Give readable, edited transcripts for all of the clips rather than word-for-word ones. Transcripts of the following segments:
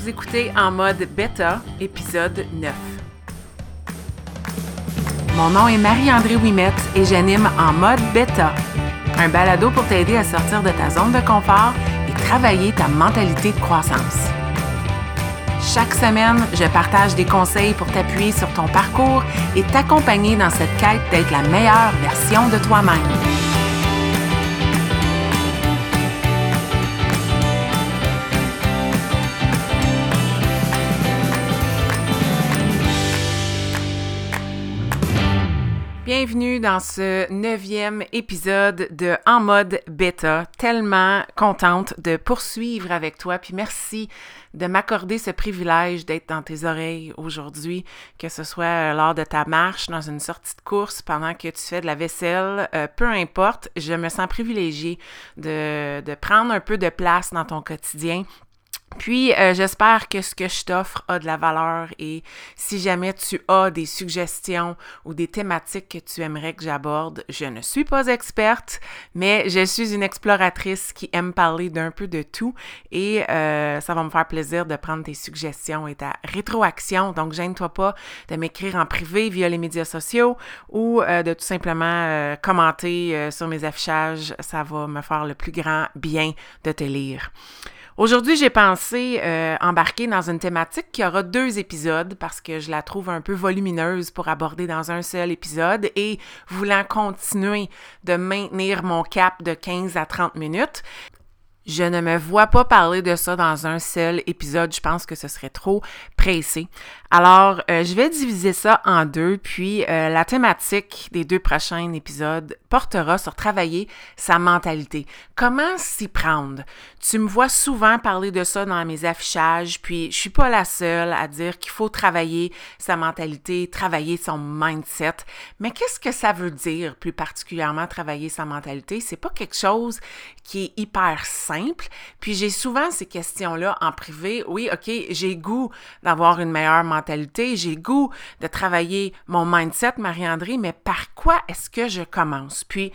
Vous écoutez En mode bêta, épisode 9. Mon nom est Marie-André Ouimette et j'anime En mode bêta, un balado pour t'aider à sortir de ta zone de confort et travailler ta mentalité de croissance. Chaque semaine, je partage des conseils pour t'appuyer sur ton parcours et t'accompagner dans cette quête d'être la meilleure version de toi-même. Bienvenue dans ce 9e épisode de En mode bêta. Tellement contente de poursuivre avec toi, puis merci de m'accorder ce privilège d'être dans tes oreilles aujourd'hui, que ce soit lors de ta marche, dans une sortie de course, pendant que tu fais de la vaisselle, peu importe, je me sens privilégiée de prendre un peu de place dans ton quotidien. Puis, j'espère que ce que je t'offre a de la valeur et si jamais tu as des suggestions ou des thématiques que tu aimerais que j'aborde, je ne suis pas experte, mais je suis une exploratrice qui aime parler d'un peu de tout et ça va me faire plaisir de prendre tes suggestions et ta rétroaction. Donc, gêne-toi pas de m'écrire en privé via les médias sociaux ou de tout simplement commenter sur mes affichages. Ça va me faire le plus grand bien de te lire. Aujourd'hui, j'ai pensé embarquer dans une thématique qui aura 2 épisodes parce que je la trouve un peu volumineuse pour aborder dans un seul épisode et voulant continuer de maintenir mon cap de 15 à 30 minutes, je ne me vois pas parler de ça dans un seul épisode. Je pense que ce serait trop pressé. Alors, je vais diviser ça en 2, puis la thématique des 2 prochains épisodes portera sur travailler sa mentalité. Comment s'y prendre? Tu me vois souvent parler de ça dans mes affichages, puis je suis pas la seule à dire qu'il faut travailler sa mentalité, travailler son mindset. Mais qu'est-ce que ça veut dire, plus particulièrement, travailler sa mentalité? C'est pas quelque chose qui est hyper simple. Puis j'ai souvent ces questions-là en privé. Oui, OK, j'ai goût d'avoir une meilleure mentalité, j'ai goût de travailler mon mindset, Marie-André, mais par quoi est-ce que je commence? Puis,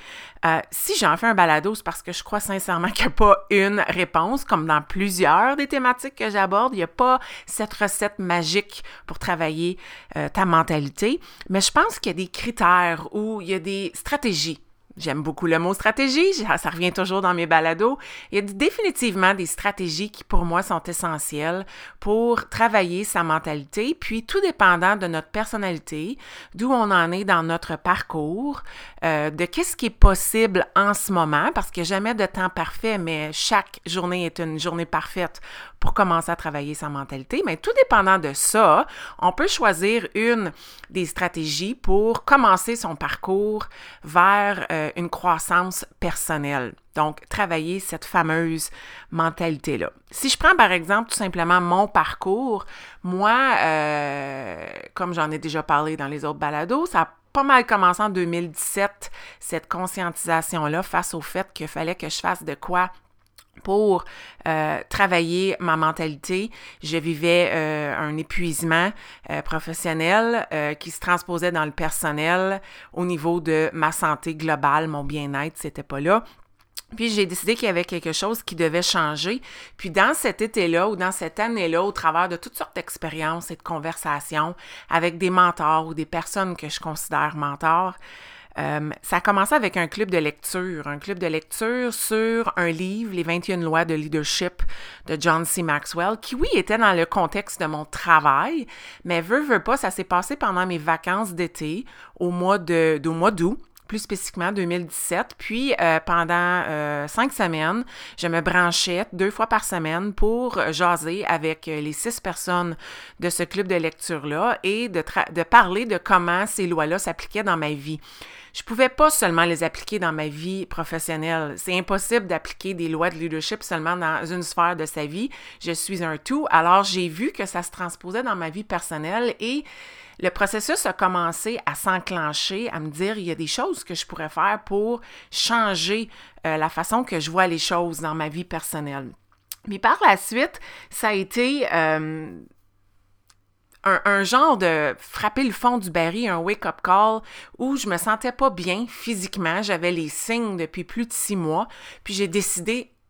si j'en fais un balado, c'est parce que je crois sincèrement qu'il n'y a pas une réponse, comme dans plusieurs des thématiques que j'aborde. Il n'y a pas cette recette magique pour travailler ta mentalité, mais je pense qu'il y a des critères ou il y a des stratégies. J'aime beaucoup le mot stratégie, ça revient toujours dans mes balados. Il y a définitivement des stratégies qui, pour moi, sont essentielles pour travailler sa mentalité, puis tout dépendant de notre personnalité, d'où on en est dans notre parcours, de qu'est-ce qui est possible en ce moment, parce qu'il n'y a jamais de temps parfait, mais chaque journée est une journée parfaite pour commencer à travailler sa mentalité. Mais tout dépendant de ça, on peut choisir une des stratégies pour commencer son parcours vers une croissance personnelle. Donc, travailler cette fameuse mentalité-là. Si je prends par exemple tout simplement mon parcours, moi, comme j'en ai déjà parlé dans les autres balados, ça a pas mal commencé en 2017, cette conscientisation-là face au fait qu'il fallait que je fasse de quoi pour travailler ma mentalité. Je vivais un épuisement professionnel qui se transposait dans le personnel au niveau de ma santé globale, mon bien-être, c'était pas là. Puis j'ai décidé qu'il y avait quelque chose qui devait changer. Puis dans cet été-là ou dans cette année-là, au travers de toutes sortes d'expériences et de conversations avec des mentors ou des personnes que je considère mentors, ça a commencé avec un club de lecture sur un livre, Les 21 lois de leadership de John C. Maxwell, qui, oui, était dans le contexte de mon travail, mais veut pas, ça s'est passé pendant mes vacances d'été, au mois d'août, plus spécifiquement 2017. Puis, pendant 5 semaines, je me branchais 2 fois par semaine pour jaser avec les 6 personnes de ce club de lecture-là et de parler de comment ces lois-là s'appliquaient dans ma vie. Je pouvais pas seulement les appliquer dans ma vie professionnelle. C'est impossible d'appliquer des lois de leadership seulement dans une sphère de sa vie. Je suis un tout. Alors, j'ai vu que ça se transposait dans ma vie personnelle et le processus a commencé à s'enclencher, à me dire il y a des choses que je pourrais faire pour changer la façon que je vois les choses dans ma vie personnelle. Mais par la suite, ça a été un genre de frapper le fond du baril, un wake-up call où je me sentais pas bien physiquement. J'avais les signes depuis plus de 6 mois. Puis j'ai décidé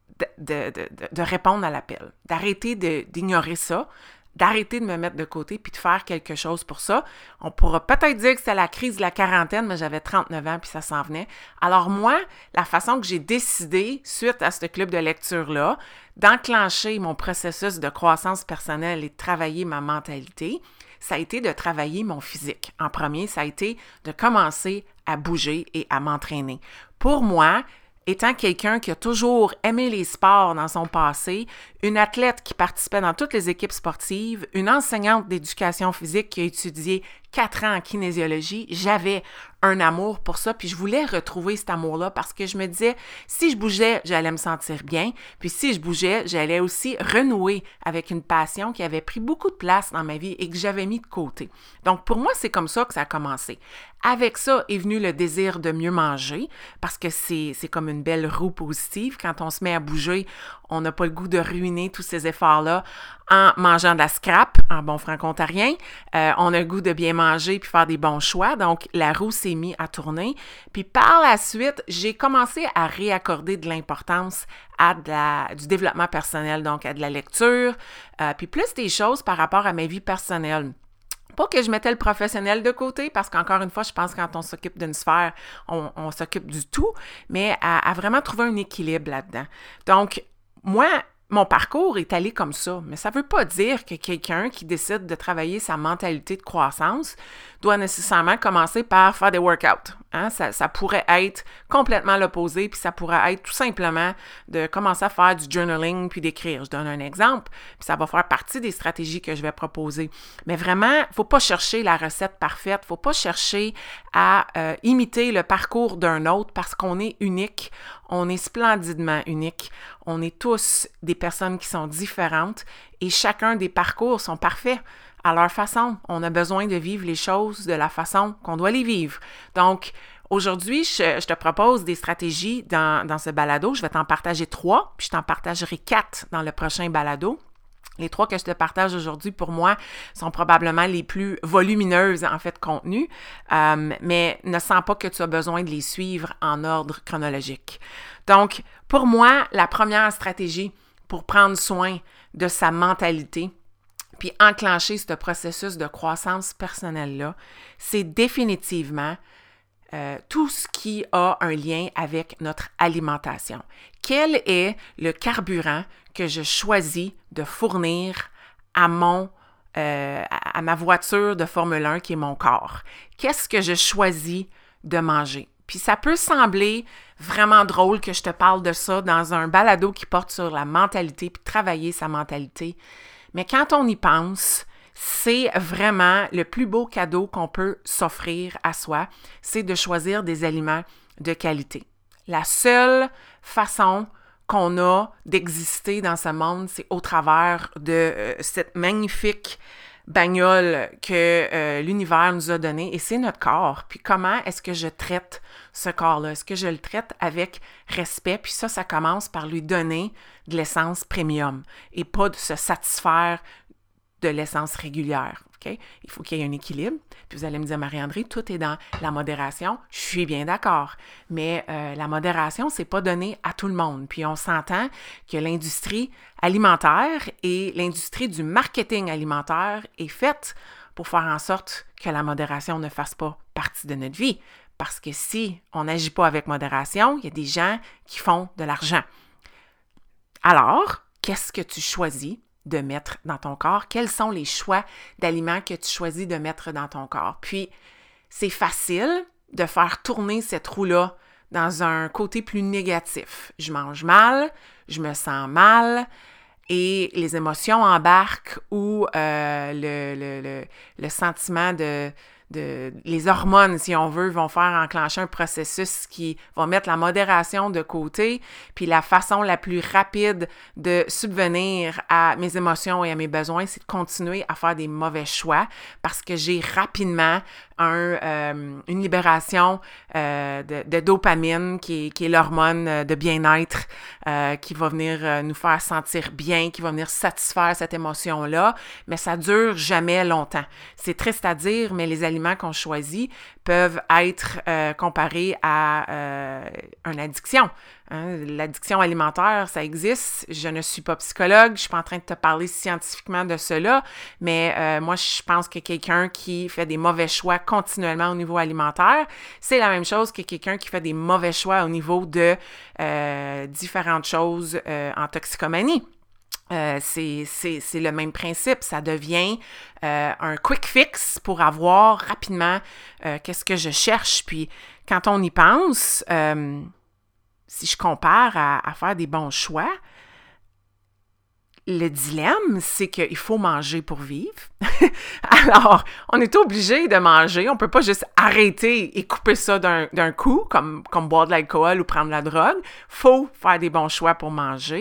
de répondre à l'appel, d'arrêter d'ignorer ça, d'arrêter de me mettre de côté puis de faire quelque chose pour ça. On pourra peut-être dire que c'était la crise de la quarantaine, mais j'avais 39 ans puis ça s'en venait. Alors moi, la façon que j'ai décidé, suite à ce club de lecture-là, d'enclencher mon processus de croissance personnelle et de travailler ma mentalité, ça a été de travailler mon physique. En premier, ça a été de commencer à bouger et à m'entraîner. Pour moi, étant quelqu'un qui a toujours aimé les sports dans son passé, une athlète qui participait dans toutes les équipes sportives, une enseignante d'éducation physique qui a étudié 4 ans en kinésiologie, j'avais un amour pour ça, puis je voulais retrouver cet amour-là parce que je me disais, si je bougeais, j'allais me sentir bien, puis si je bougeais, j'allais aussi renouer avec une passion qui avait pris beaucoup de place dans ma vie et que j'avais mis de côté. Donc pour moi, c'est comme ça que ça a commencé. Avec ça est venu le désir de mieux manger parce que c'est comme une belle roue positive. Quand on se met à bouger, on n'a pas le goût de ruiner tous ces efforts-là en mangeant de la scrap, en bon franco-ontarien. On a le goût de bien manger puis faire des bons choix. Donc, la roue s'est mise à tourner. Puis par la suite, j'ai commencé à réaccorder de l'importance à du développement personnel, donc à de la lecture, puis plus des choses par rapport à ma vie personnelle. Pas que je mettais le professionnel de côté, parce qu'encore une fois, je pense que quand on s'occupe d'une sphère, on s'occupe du tout, mais à vraiment trouver un équilibre là-dedans. Donc, moi, mon parcours est allé comme ça, mais ça ne veut pas dire que quelqu'un qui décide de travailler sa mentalité de croissance doit nécessairement commencer par faire des workouts. Hein? Ça pourrait être complètement l'opposé, puis ça pourrait être tout simplement de commencer à faire du journaling puis d'écrire. Je donne un exemple, puis ça va faire partie des stratégies que je vais proposer. Mais vraiment, il ne faut pas chercher la recette parfaite, il ne faut pas chercher à imiter le parcours d'un autre parce qu'on est unique, on est splendidement unique. On est tous des personnes qui sont différentes et chacun des parcours sont parfaits à leur façon. On a besoin de vivre les choses de la façon qu'on doit les vivre. Donc, aujourd'hui, je te propose des stratégies dans ce balado. Je vais t'en partager 3, puis je t'en partagerai 4 dans le prochain balado. Les 3 que je te partage aujourd'hui, pour moi, sont probablement les plus volumineuses, en fait, contenu, mais ne sens pas que tu as besoin de les suivre en ordre chronologique. Donc, pour moi, la première stratégie pour prendre soin de sa mentalité, puis enclencher ce processus de croissance personnelle-là, c'est définitivement tout ce qui a un lien avec notre alimentation. Quel est le carburant que je choisis de fournir à ma voiture de Formule 1 qui est mon corps? Qu'est-ce que je choisis de manger? Puis ça peut sembler vraiment drôle que je te parle de ça dans un balado qui porte sur la mentalité puis travailler sa mentalité. Mais quand on y pense, c'est vraiment le plus beau cadeau qu'on peut s'offrir à soi, c'est de choisir des aliments de qualité. La seule façon qu'on a d'exister dans ce monde, c'est au travers de cette magnifique bagnole que l'univers nous a donnée, et c'est notre corps. Puis comment est-ce que je traite ce corps-là? Est-ce que je le traite avec respect? Puis ça commence par lui donner de l'essence premium et pas de se satisfaire de l'essence régulière. Okay? Il faut qu'il y ait un équilibre. Puis vous allez me dire, Marie-André, tout est dans la modération. Je suis bien d'accord. Mais la modération, c'est pas donné à tout le monde. Puis on s'entend que l'industrie alimentaire et l'industrie du marketing alimentaire est faite pour faire en sorte que la modération ne fasse pas partie de notre vie. Parce que si on n'agit pas avec modération, il y a des gens qui font de l'argent. Alors, qu'est-ce que tu choisis de mettre dans ton corps? Quels sont les choix d'aliments que tu choisis de mettre dans ton corps? Puis, c'est facile de faire tourner cette roue-là dans un côté plus négatif. Je mange mal, je me sens mal, et les émotions embarquent ou le sentiment les hormones, si on veut, vont faire enclencher un processus qui va mettre la modération de côté, puis la façon la plus rapide de subvenir à mes émotions et à mes besoins, c'est de continuer à faire des mauvais choix parce que j'ai rapidement une libération de dopamine qui est l'hormone de bien-être qui va venir nous faire sentir bien, qui va venir satisfaire cette émotion-là, mais ça dure jamais longtemps. C'est triste à dire, mais les aliments qu'on choisit peuvent être comparés à une addiction. Hein? L'addiction alimentaire, ça existe. Je ne suis pas psychologue, je ne suis pas en train de te parler scientifiquement de cela, mais moi, je pense que quelqu'un qui fait des mauvais choix continuellement au niveau alimentaire, c'est la même chose que quelqu'un qui fait des mauvais choix au niveau de différentes choses en toxicomanie. C'est le même principe. Ça devient un quick fix pour avoir rapidement qu'est-ce que je cherche. Puis, quand on y pense, si je compare à faire des bons choix, le dilemme, c'est qu'il faut manger pour vivre. Alors, on est obligé de manger. On ne peut pas juste arrêter et couper ça d'un coup, comme boire de l'alcool ou prendre de la drogue. Il faut faire des bons choix pour manger.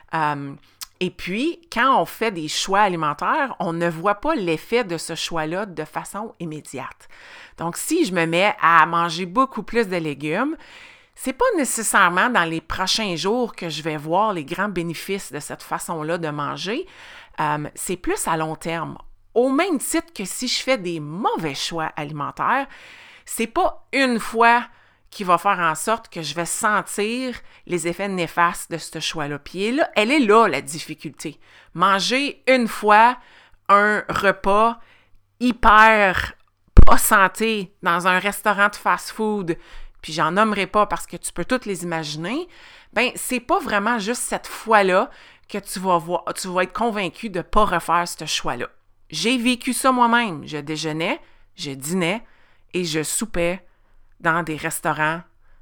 Et puis, quand on fait des choix alimentaires, on ne voit pas l'effet de ce choix-là de façon immédiate. Donc, si je me mets à manger beaucoup plus de légumes, c'est pas nécessairement dans les prochains jours que je vais voir les grands bénéfices de cette façon-là de manger. C'est plus à long terme. Au même titre que si je fais des mauvais choix alimentaires, c'est pas une fois qui va faire en sorte que je vais sentir les effets néfastes de ce choix-là. Puis là, elle est là, la difficulté. Manger une fois un repas hyper pas santé dans un restaurant de fast-food, puis j'en nommerai pas parce que tu peux toutes les imaginer, ben c'est pas vraiment juste cette fois-là que tu vas être convaincu de pas refaire ce choix-là. J'ai vécu ça moi-même. Je déjeunais, je dînais et je soupais dans des restaurants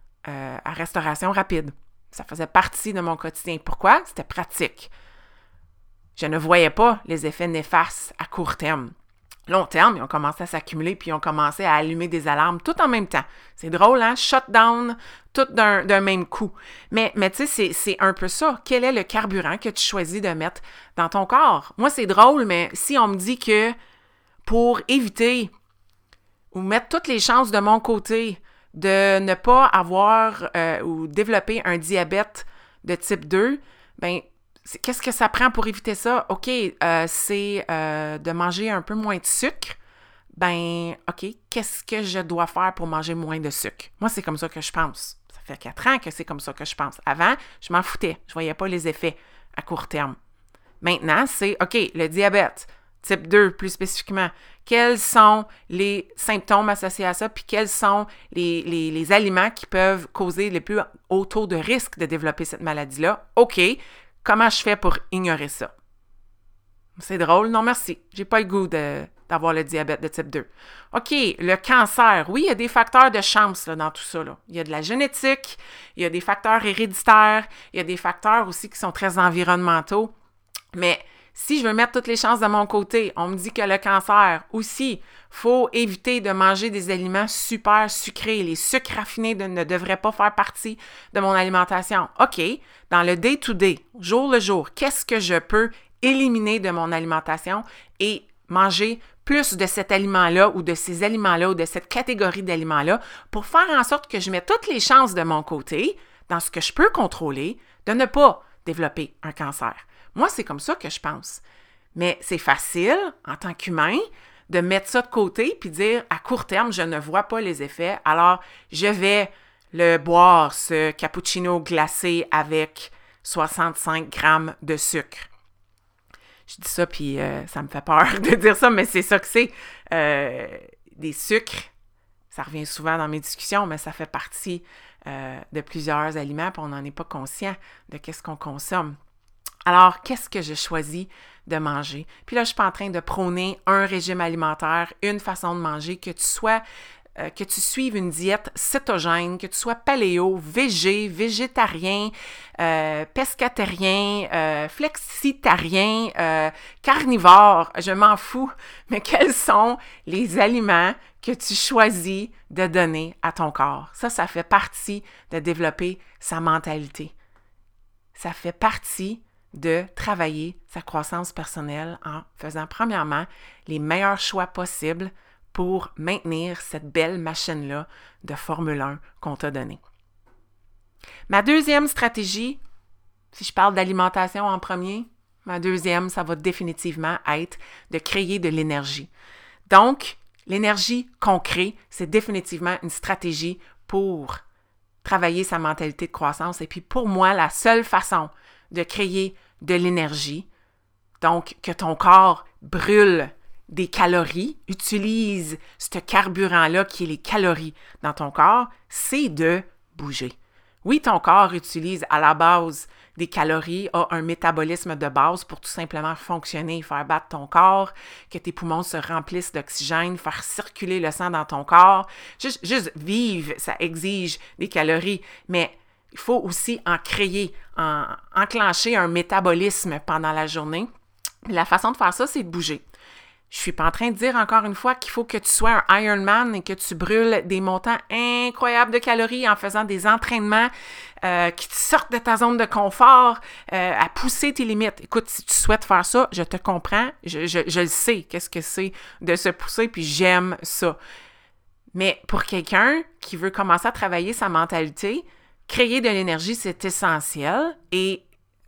à restauration rapide. Ça faisait partie de mon quotidien. Pourquoi? C'était pratique. Je ne voyais pas les effets néfastes à court terme. Long terme, ils ont commencé à s'accumuler puis ils ont commencé à allumer des alarmes tout en même temps. C'est drôle, hein? Shutdown, tout d'un même coup. Mais tu sais, c'est un peu ça. Quel est le carburant que tu choisis de mettre dans ton corps? Moi, c'est drôle, mais si on me dit que pour éviter ou mettre toutes les chances de mon côté de ne pas avoir ou développer un diabète de type 2, ben qu'est-ce que ça prend pour éviter ça? OK, c'est de manger un peu moins de sucre. Ben, OK, qu'est-ce que je dois faire pour manger moins de sucre? Moi, c'est comme ça que je pense. Ça fait 4 ans que c'est comme ça que je pense. Avant, je m'en foutais. Je voyais pas les effets à court terme. Maintenant, c'est, OK, le diabète, type 2 plus spécifiquement, quels sont les symptômes associés à ça, puis quels sont les aliments qui peuvent causer les plus hauts taux de risque de développer cette maladie-là? OK, comment je fais pour ignorer ça? C'est drôle? Non, merci. J'ai pas le goût d'avoir le diabète de type 2. OK, le cancer. Oui, il y a des facteurs de chance là, dans tout ça. Là. Il y a de la génétique, il y a des facteurs héréditaires, il y a des facteurs aussi qui sont très environnementaux. Mais si je veux mettre toutes les chances de mon côté, on me dit que le cancer aussi, il faut éviter de manger des aliments super sucrés. Les sucres raffinés ne devraient pas faire partie de mon alimentation. OK, dans le day-to-day, jour le jour, qu'est-ce que je peux éliminer de mon alimentation et manger plus de cet aliment-là ou de ces aliments-là ou de cette catégorie d'aliments-là pour faire en sorte que je mette toutes les chances de mon côté, dans ce que je peux contrôler, de ne pas développer un cancer. Moi, c'est comme ça que je pense. Mais c'est facile, en tant qu'humain, de mettre ça de côté puis dire, à court terme, je ne vois pas les effets, alors je vais le boire, ce cappuccino glacé avec 65 grammes de sucre. Je dis ça, puis ça me fait peur de dire ça, mais c'est ça que c'est. Des sucres, ça revient souvent dans mes discussions, mais ça fait partie de plusieurs aliments, puis on n'en est pas conscient de qu'est-ce qu'on consomme. Alors, qu'est-ce que je choisis de manger? Puis là, je suis pas en train de prôner un régime alimentaire, une façon de manger, que tu suives une diète cétogène, que tu sois paléo, végétarien, pescatérien, flexitarien, carnivore, je m'en fous, mais quels sont les aliments que tu choisis de donner à ton corps? Ça fait partie de développer sa mentalité. Ça fait partie de travailler sa croissance personnelle en faisant premièrement les meilleurs choix possibles pour maintenir cette belle machine-là de Formule 1 qu'on t'a donnée. Ma deuxième stratégie, si je parle d'alimentation en premier, ma deuxième, ça va définitivement être de créer de l'énergie. Donc, l'énergie qu'on crée, c'est définitivement une stratégie pour travailler sa mentalité de croissance. Et puis pour moi, la seule façon de créer de l'énergie, donc que ton corps brûle des calories, utilise ce carburant-là qui est les calories dans ton corps, c'est de bouger. Oui, ton corps utilise à la base des calories, a un métabolisme de base pour tout simplement fonctionner, faire battre ton corps, que tes poumons se remplissent d'oxygène, faire circuler le sang dans ton corps. Juste vivre, ça exige des calories, mais il faut aussi en créer, enclencher un métabolisme pendant la journée. La façon de faire ça, c'est de bouger. Je suis pas en train de dire encore une fois qu'il faut que tu sois un Ironman et que tu brûles des montants incroyables de calories en faisant des entraînements qui te sortent de ta zone de confort, à pousser tes limites. Écoute, si tu souhaites faire ça, je te comprends, je le sais, qu'est-ce que c'est de se pousser, puis j'aime ça. Mais pour quelqu'un qui veut commencer à travailler sa mentalité, créer de l'énergie, c'est essentiel et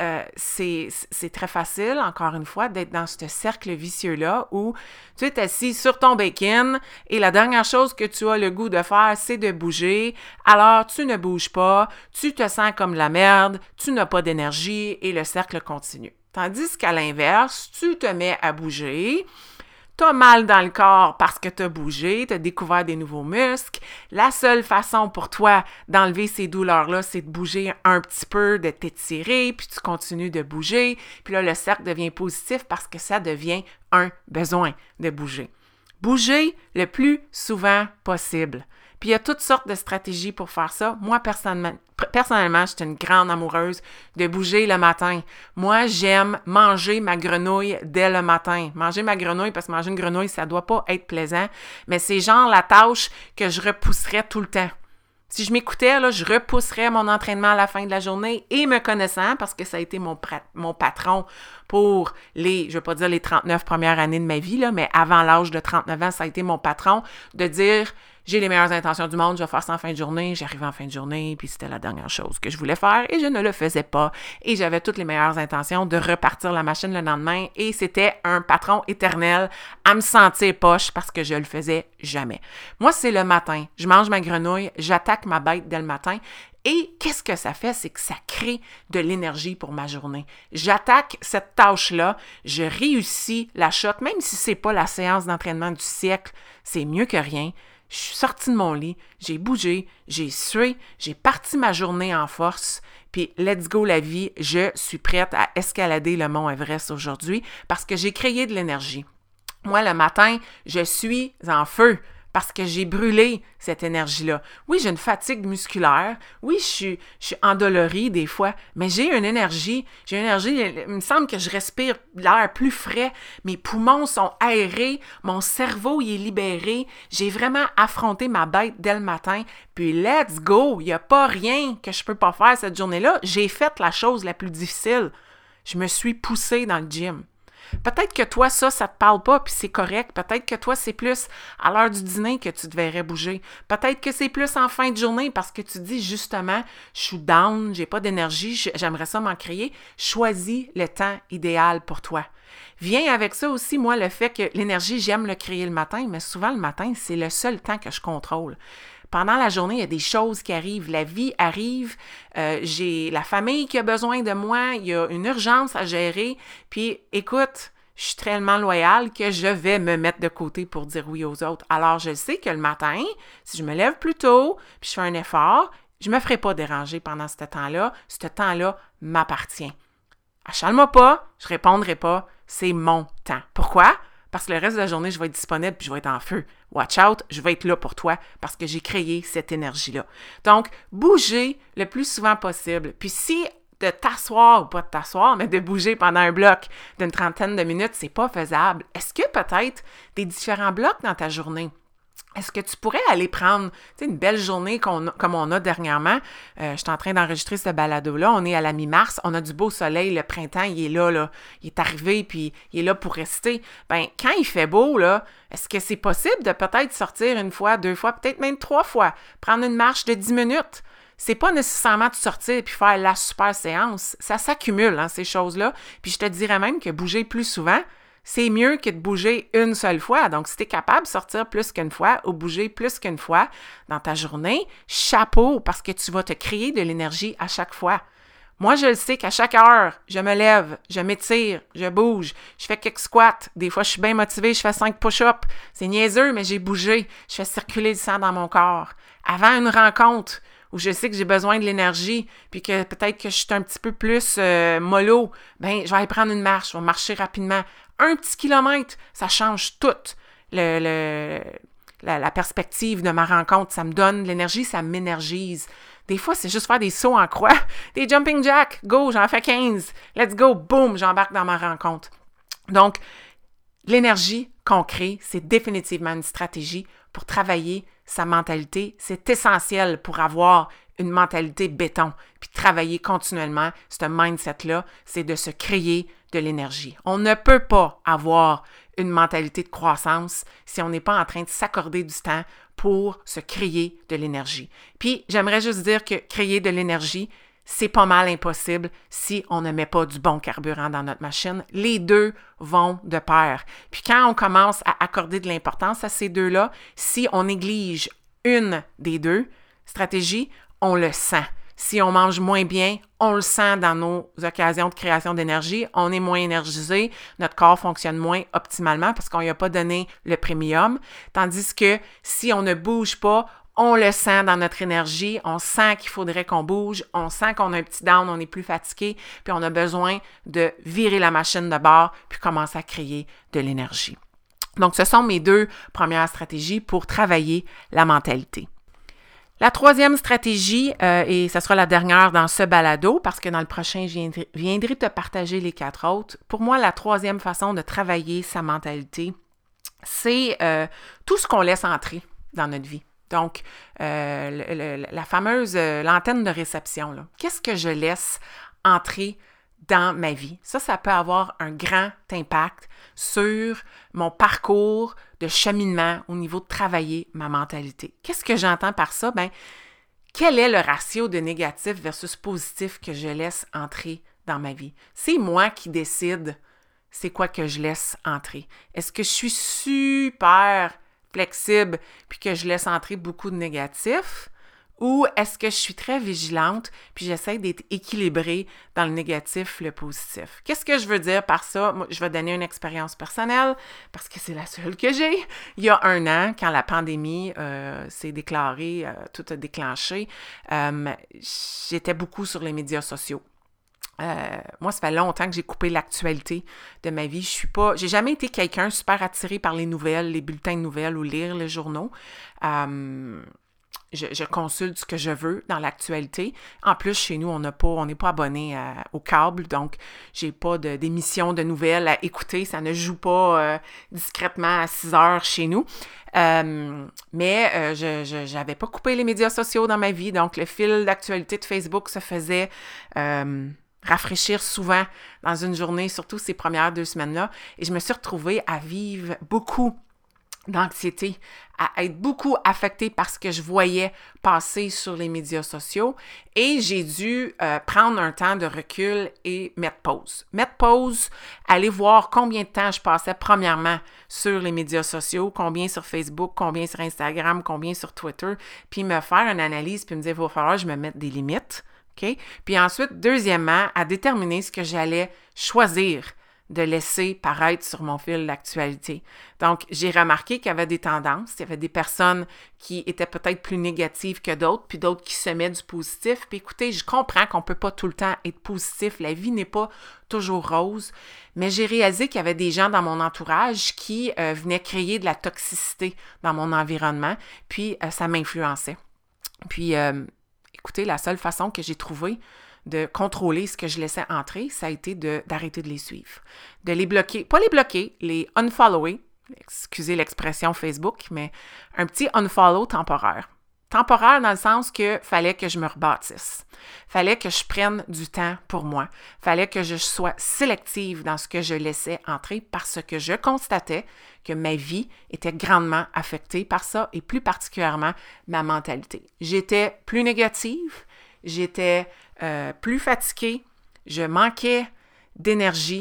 c'est très facile, encore une fois, d'être dans ce cercle vicieux-là où tu es assis sur ton bacon et la dernière chose que tu as le goût de faire, c'est de bouger. Alors, tu ne bouges pas, tu te sens comme la merde, tu n'as pas d'énergie et le cercle continue. Tandis qu'à l'inverse, tu te mets à bouger. Tu as mal dans le corps parce que tu as bougé, tu as découvert des nouveaux muscles. La seule façon pour toi d'enlever ces douleurs-là, c'est de bouger un petit peu, de t'étirer, puis tu continues de bouger. Puis là, le cercle devient positif parce que ça devient un besoin de bouger. Bouger le plus souvent possible. Puis il y a toutes sortes de stratégies pour faire ça. Moi, personnellement, je suis une grande amoureuse de bouger le matin. Moi, j'aime manger ma grenouille dès le matin. Manger ma grenouille, parce que manger une grenouille, ça doit pas être plaisant, mais c'est genre la tâche que je repousserais tout le temps. Si je m'écoutais, là, je repousserais mon entraînement à la fin de la journée et me connaissant, parce que ça a été mon patron pour je veux pas dire les 39 premières années de ma vie, là, mais avant l'âge de 39 ans, ça a été mon patron de dire « J'ai les meilleures intentions du monde, je vais faire ça en fin de journée. » J'arrivais en fin de journée, puis c'était la dernière chose que je voulais faire et je ne le faisais pas. Et j'avais toutes les meilleures intentions de repartir la machine le lendemain et c'était un patron éternel à me sentir poche parce que je le faisais jamais. Moi, c'est le matin. Je mange ma grenouille, j'attaque ma bête dès le matin. Et qu'est-ce que ça fait? C'est que ça crée de l'énergie pour ma journée. J'attaque cette tâche-là, je réussis la shot, même si c'est pas la séance d'entraînement du siècle, c'est mieux que rien. Je suis sortie de mon lit, j'ai bougé, j'ai sué, j'ai parti ma journée en force, puis let's go la vie, je suis prête à escalader le mont Everest aujourd'hui parce que j'ai créé de l'énergie. Moi, le matin, je suis en feu parce que j'ai brûlé cette énergie-là. Oui, j'ai une fatigue musculaire. Oui, je suis endolorie des fois, mais j'ai une énergie. Il me semble que je respire l'air plus frais. Mes poumons sont aérés. Mon cerveau, il est libéré. J'ai vraiment affronté ma bête dès le matin. Puis let's go! Il n'y a pas rien que je peux pas faire cette journée-là. J'ai fait la chose la plus difficile. Je me suis poussée dans le gym. Peut-être que toi, ça te parle pas, puis c'est correct. Peut-être que toi, c'est plus à l'heure du dîner que tu devrais bouger. Peut-être que c'est plus en fin de journée parce que tu dis justement, je suis down, j'ai pas d'énergie, j'aimerais ça m'en créer. Choisis le temps idéal pour toi. Vient avec ça aussi, moi, le fait que l'énergie, j'aime le créer le matin, mais souvent le matin, c'est le seul temps que je contrôle. Pendant la journée, il y a des choses qui arrivent. La vie arrive, j'ai la famille qui a besoin de moi, il y a une urgence à gérer. Puis, écoute, je suis tellement loyale que je vais me mettre de côté pour dire oui aux autres. Alors, je sais que le matin, si je me lève plus tôt, puis je fais un effort, je ne me ferai pas déranger pendant ce temps-là. Ce temps-là m'appartient. Achale-moi pas, je répondrai pas, c'est mon temps. Pourquoi? Parce que le reste de la journée, je vais être disponible puis je vais être en feu. Watch out, je vais être là pour toi parce que j'ai créé cette énergie-là. Donc, bouger le plus souvent possible. Puis si de t'asseoir ou pas de t'asseoir, mais de bouger pendant un bloc d'une 30aine de minutes, c'est pas faisable. Est-ce que peut-être des différents blocs dans ta journée? Est-ce que tu pourrais aller prendre une belle journée comme on a dernièrement? Je suis en train d'enregistrer ce balado-là. On est à la mi-mars. On a du beau soleil. Le printemps, il est là. Il est arrivé, puis il est là pour rester. Bien, quand il fait beau, là, est-ce que c'est possible de peut-être sortir une fois, 2 fois, peut-être même 3 fois, prendre une marche de 10 minutes? C'est pas nécessairement de sortir et puis faire la super séance. Ça s'accumule, ces choses-là. Puis je te dirais même que bouger plus souvent, c'est mieux que de bouger une seule fois. Donc, si tu es capable de sortir plus qu'une fois ou bouger plus qu'une fois dans ta journée, chapeau, parce que tu vas te créer de l'énergie à chaque fois. Moi, je le sais qu'à chaque heure, je me lève, je m'étire, je bouge, je fais quelques squats. Des fois, je suis bien motivée, je fais 5 push-ups. C'est niaiseux, mais j'ai bougé. Je fais circuler le sang dans mon corps. Avant une rencontre où je sais que j'ai besoin de l'énergie, puis que peut-être que je suis un petit peu plus mollo, ben je vais aller prendre une marche, je vais marcher rapidement. Un petit kilomètre, ça change tout. La perspective de ma rencontre, ça me donne de l'énergie, ça m'énergise. Des fois, c'est juste faire des sauts en croix, des jumping jacks, go, j'en fais 15, let's go, boum, j'embarque dans ma rencontre. Donc, l'énergie qu'on crée, c'est définitivement une stratégie pour travailler sa mentalité. C'est essentiel pour avoir une mentalité béton, puis travailler continuellement. Ce mindset-là, c'est de se créer de l'énergie. On ne peut pas avoir une mentalité de croissance si on n'est pas en train de s'accorder du temps pour se créer de l'énergie. Puis, j'aimerais juste dire que créer de l'énergie, c'est pas mal impossible si on ne met pas du bon carburant dans notre machine. Les deux vont de pair. Puis quand on commence à accorder de l'importance à ces deux-là, si on néglige une des deux stratégies, on le sent. Si on mange moins bien, on le sent dans nos occasions de création d'énergie. On est moins énergisé, notre corps fonctionne moins optimalement parce qu'on n'y a pas donné le premium. Tandis que si on ne bouge pas, on le sent dans notre énergie, on sent qu'il faudrait qu'on bouge, on sent qu'on a un petit down, on est plus fatigué, puis on a besoin de virer la machine de bord, puis commencer à créer de l'énergie. Donc, ce sont mes deux premières stratégies pour travailler la mentalité. La troisième stratégie, et ce sera la dernière dans ce balado, parce que dans le prochain, je viendrai te partager les 4 autres. Pour moi, la troisième façon de travailler sa mentalité, c'est tout ce qu'on laisse entrer dans notre vie. Donc, la fameuse l'antenne de réception, là. Qu'est-ce que je laisse entrer dans ma vie? Ça peut avoir un grand impact sur mon parcours de cheminement au niveau de travailler ma mentalité. Qu'est-ce que j'entends par ça? Bien, quel est le ratio de négatif versus positif que je laisse entrer dans ma vie? C'est moi qui décide c'est quoi que je laisse entrer. Est-ce que je suis super flexible puis que je laisse entrer beaucoup de négatifs? Ou est-ce que je suis très vigilante puis j'essaie d'être équilibrée dans le négatif, le positif? Qu'est-ce que je veux dire par ça? Moi, je vais donner une expérience personnelle parce que c'est la seule que j'ai. Il y a 1 an, quand la pandémie s'est déclarée, tout a déclenché, j'étais beaucoup sur les médias sociaux. Moi, ça fait longtemps que j'ai coupé l'actualité de ma vie. J'ai jamais été quelqu'un super attiré par les nouvelles, les bulletins de nouvelles ou lire les journaux. Je consulte ce que je veux dans l'actualité. En plus, chez nous, on n'est pas abonné au câble, donc j'ai pas d'émission de nouvelles à écouter. Ça ne joue pas discrètement à 6 heures chez nous. Mais je n'avais pas coupé les médias sociaux dans ma vie, donc le fil d'actualité de Facebook se faisait rafraîchir souvent dans une journée, surtout ces premières 2 semaines-là. Et je me suis retrouvée à vivre beaucoup d'anxiété, à être beaucoup affectée par ce que je voyais passer sur les médias sociaux. Et j'ai dû prendre un temps de recul et mettre pause. Mettre pause, aller voir combien de temps je passais premièrement sur les médias sociaux, combien sur Facebook, combien sur Instagram, combien sur Twitter, puis me faire une analyse, puis me dire, il va falloir que je me mette des limites. OK? Puis ensuite, deuxièmement, à déterminer ce que j'allais choisir de laisser paraître sur mon fil d'actualité. Donc, j'ai remarqué qu'il y avait des tendances, il y avait des personnes qui étaient peut-être plus négatives que d'autres, puis d'autres qui semaient du positif. Puis écoutez, je comprends qu'on ne peut pas tout le temps être positif, la vie n'est pas toujours rose, mais j'ai réalisé qu'il y avait des gens dans mon entourage qui venaient créer de la toxicité dans mon environnement, puis ça m'influençait. Puis, écoutez, la seule façon que j'ai trouvée de contrôler ce que je laissais entrer, ça a été d'arrêter de les suivre. De les bloquer, pas les bloquer, les unfollower, excusez l'expression Facebook, mais un petit unfollow temporaire. Temporaire dans le sens que fallait que je me rebâtisse. Fallait que je prenne du temps pour moi. Fallait que je sois sélective dans ce que je laissais entrer parce que je constatais que ma vie était grandement affectée par ça et plus particulièrement ma mentalité. J'étais plus négative, j'étais plus fatiguée, je manquais d'énergie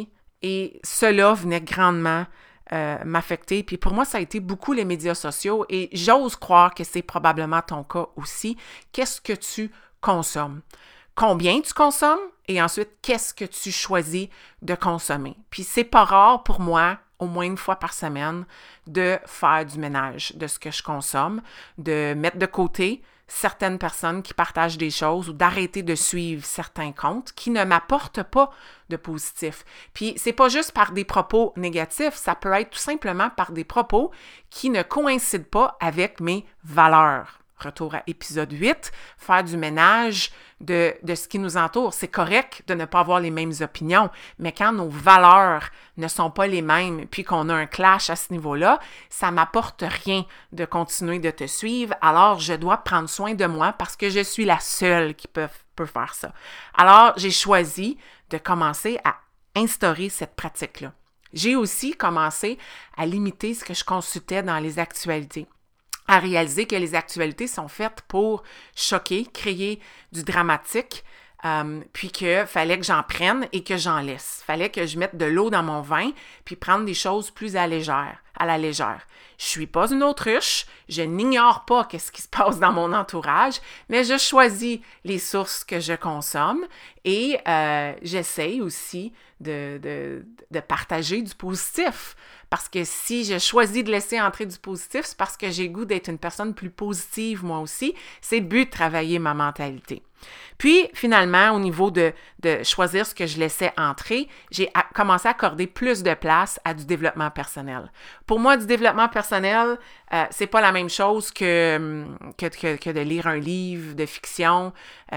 Et cela venait grandement m'affecter. Puis pour moi, ça a été beaucoup les médias sociaux et j'ose croire que c'est probablement ton cas aussi. Qu'est-ce que tu consommes? Combien tu consommes? Et ensuite, qu'est-ce que tu choisis de consommer? Puis c'est pas rare pour moi, au moins une fois par semaine, de faire du ménage de ce que je consomme, de mettre de côté certaines personnes qui partagent des choses ou d'arrêter de suivre certains comptes qui ne m'apportent pas de positif. Puis c'est pas juste par des propos négatifs, ça peut être tout simplement par des propos qui ne coïncident pas avec mes valeurs. Retour à épisode 8, faire du ménage de ce qui nous entoure. C'est correct de ne pas avoir les mêmes opinions, mais quand nos valeurs ne sont pas les mêmes, puis qu'on a un clash à ce niveau-là, ça ne m'apporte rien de continuer de te suivre. Alors, je dois prendre soin de moi parce que je suis la seule qui peut faire ça. Alors, j'ai choisi de commencer à instaurer cette pratique-là. J'ai aussi commencé à limiter ce que je consultais dans les actualités, à réaliser que les actualités sont faites pour choquer, créer du dramatique, puis qu'il fallait que j'en prenne et que j'en laisse. Fallait que je mette de l'eau dans mon vin, puis prendre des choses plus à la légère. Je suis pas une autruche, je n'ignore pas qu'est-ce qui se passe dans mon entourage, mais je choisis les sources que je consomme et j'essaye aussi de partager du positif. Parce que si je choisis de laisser entrer du positif, c'est parce que j'ai goût d'être une personne plus positive moi aussi. C'est le but de travailler ma mentalité. Puis, finalement, au niveau de choisir ce que je laissais entrer, j'ai commencé à accorder plus de place à du développement personnel. Pour moi, du développement personnel, c'est pas la même chose que de lire un livre de fiction.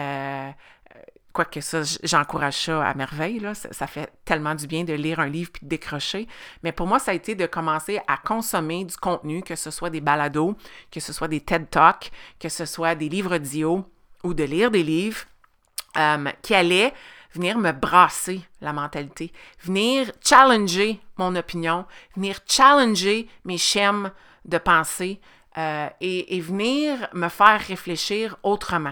Quoique ça, j'encourage ça à merveille, là. Ça fait tellement du bien de lire un livre puis de décrocher. Mais pour moi, ça a été de commencer à consommer du contenu, que ce soit des balados, que ce soit des TED Talks, que ce soit des livres audio ou de lire des livres qui allaient venir me brasser la mentalité, venir challenger mon opinion, venir challenger mes schèmes de pensée et venir me faire réfléchir autrement.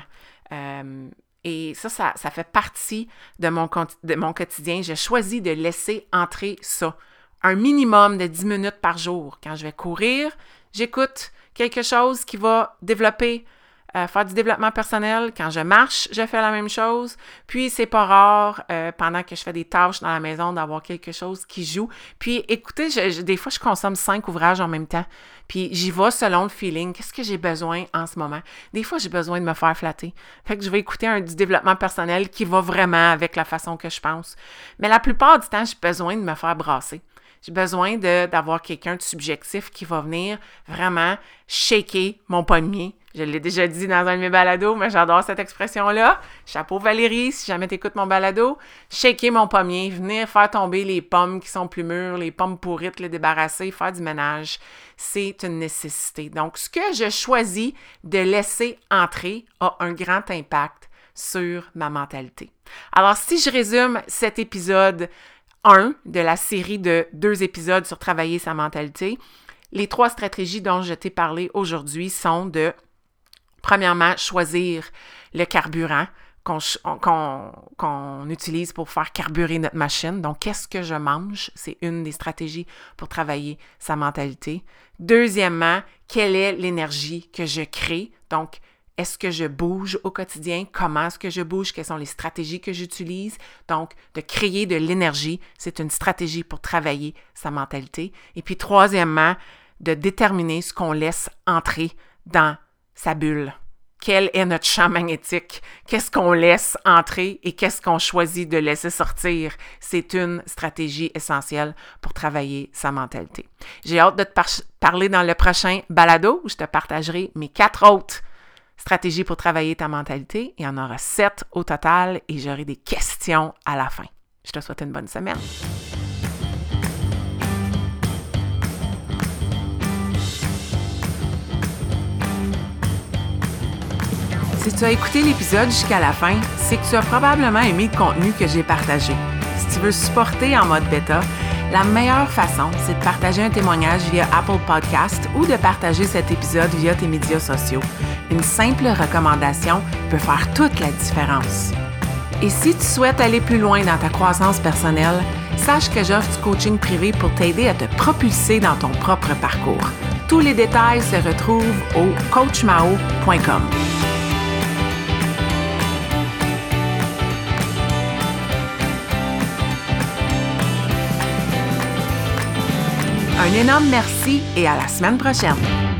Et ça fait partie de mon quotidien. J'ai choisi de laisser entrer ça. Un minimum de 10 minutes par jour. Quand je vais courir, j'écoute quelque chose qui va développer, faire du développement personnel. Quand je marche, je fais la même chose. Puis, c'est pas rare, pendant que je fais des tâches dans la maison, d'avoir quelque chose qui joue. Puis, écoutez, des fois, je consomme 5 ouvrages en même temps. Puis, j'y vais selon le feeling. Qu'est-ce que j'ai besoin en ce moment? Des fois, j'ai besoin de me faire flatter. Fait que je vais écouter du développement personnel qui va vraiment avec la façon que je pense. Mais la plupart du temps, j'ai besoin de me faire brasser. J'ai besoin d'avoir quelqu'un de subjectif qui va venir vraiment shaker mon pommier. Je l'ai déjà dit dans un de mes balados, mais j'adore cette expression-là. Chapeau Valérie, si jamais t'écoutes mon balado. Shaker mon pommier, venir faire tomber les pommes qui sont plus mûres, les pommes pourrites, les débarrasser, faire du ménage. C'est une nécessité. Donc, ce que je choisis de laisser entrer a un grand impact sur ma mentalité. Alors, si je résume cet épisode 1 de la série de 2 épisodes sur travailler sa mentalité, les 3 stratégies dont je t'ai parlé aujourd'hui sont de, premièrement, choisir le carburant qu'on utilise pour faire carburer notre machine. Donc, qu'est-ce que je mange? C'est une des stratégies pour travailler sa mentalité. Deuxièmement, quelle est l'énergie que je crée? Donc, est-ce que je bouge au quotidien? Comment est-ce que je bouge? Quelles sont les stratégies que j'utilise? Donc, de créer de l'énergie, c'est une stratégie pour travailler sa mentalité. Et puis, troisièmement, de déterminer ce qu'on laisse entrer dans sa bulle. Quel est notre champ magnétique? Qu'est-ce qu'on laisse entrer et qu'est-ce qu'on choisit de laisser sortir? C'est une stratégie essentielle pour travailler sa mentalité. J'ai hâte de te parler dans le prochain balado où je te partagerai mes 4 autres stratégies pour travailler ta mentalité. Il y en aura 7 au total et j'aurai des questions à la fin. Je te souhaite une bonne semaine. Si tu as écouté l'épisode jusqu'à la fin, c'est que tu as probablement aimé le contenu que j'ai partagé. Si tu veux supporter en mode bêta, la meilleure façon, c'est de partager un témoignage via Apple Podcast ou de partager cet épisode via tes médias sociaux. Une simple recommandation peut faire toute la différence. Et si tu souhaites aller plus loin dans ta croissance personnelle, Sache que j'offre du coaching privé pour t'aider à te propulser dans ton propre parcours. Tous les détails se retrouvent au coachmao.com. Un énorme merci et à la semaine prochaine!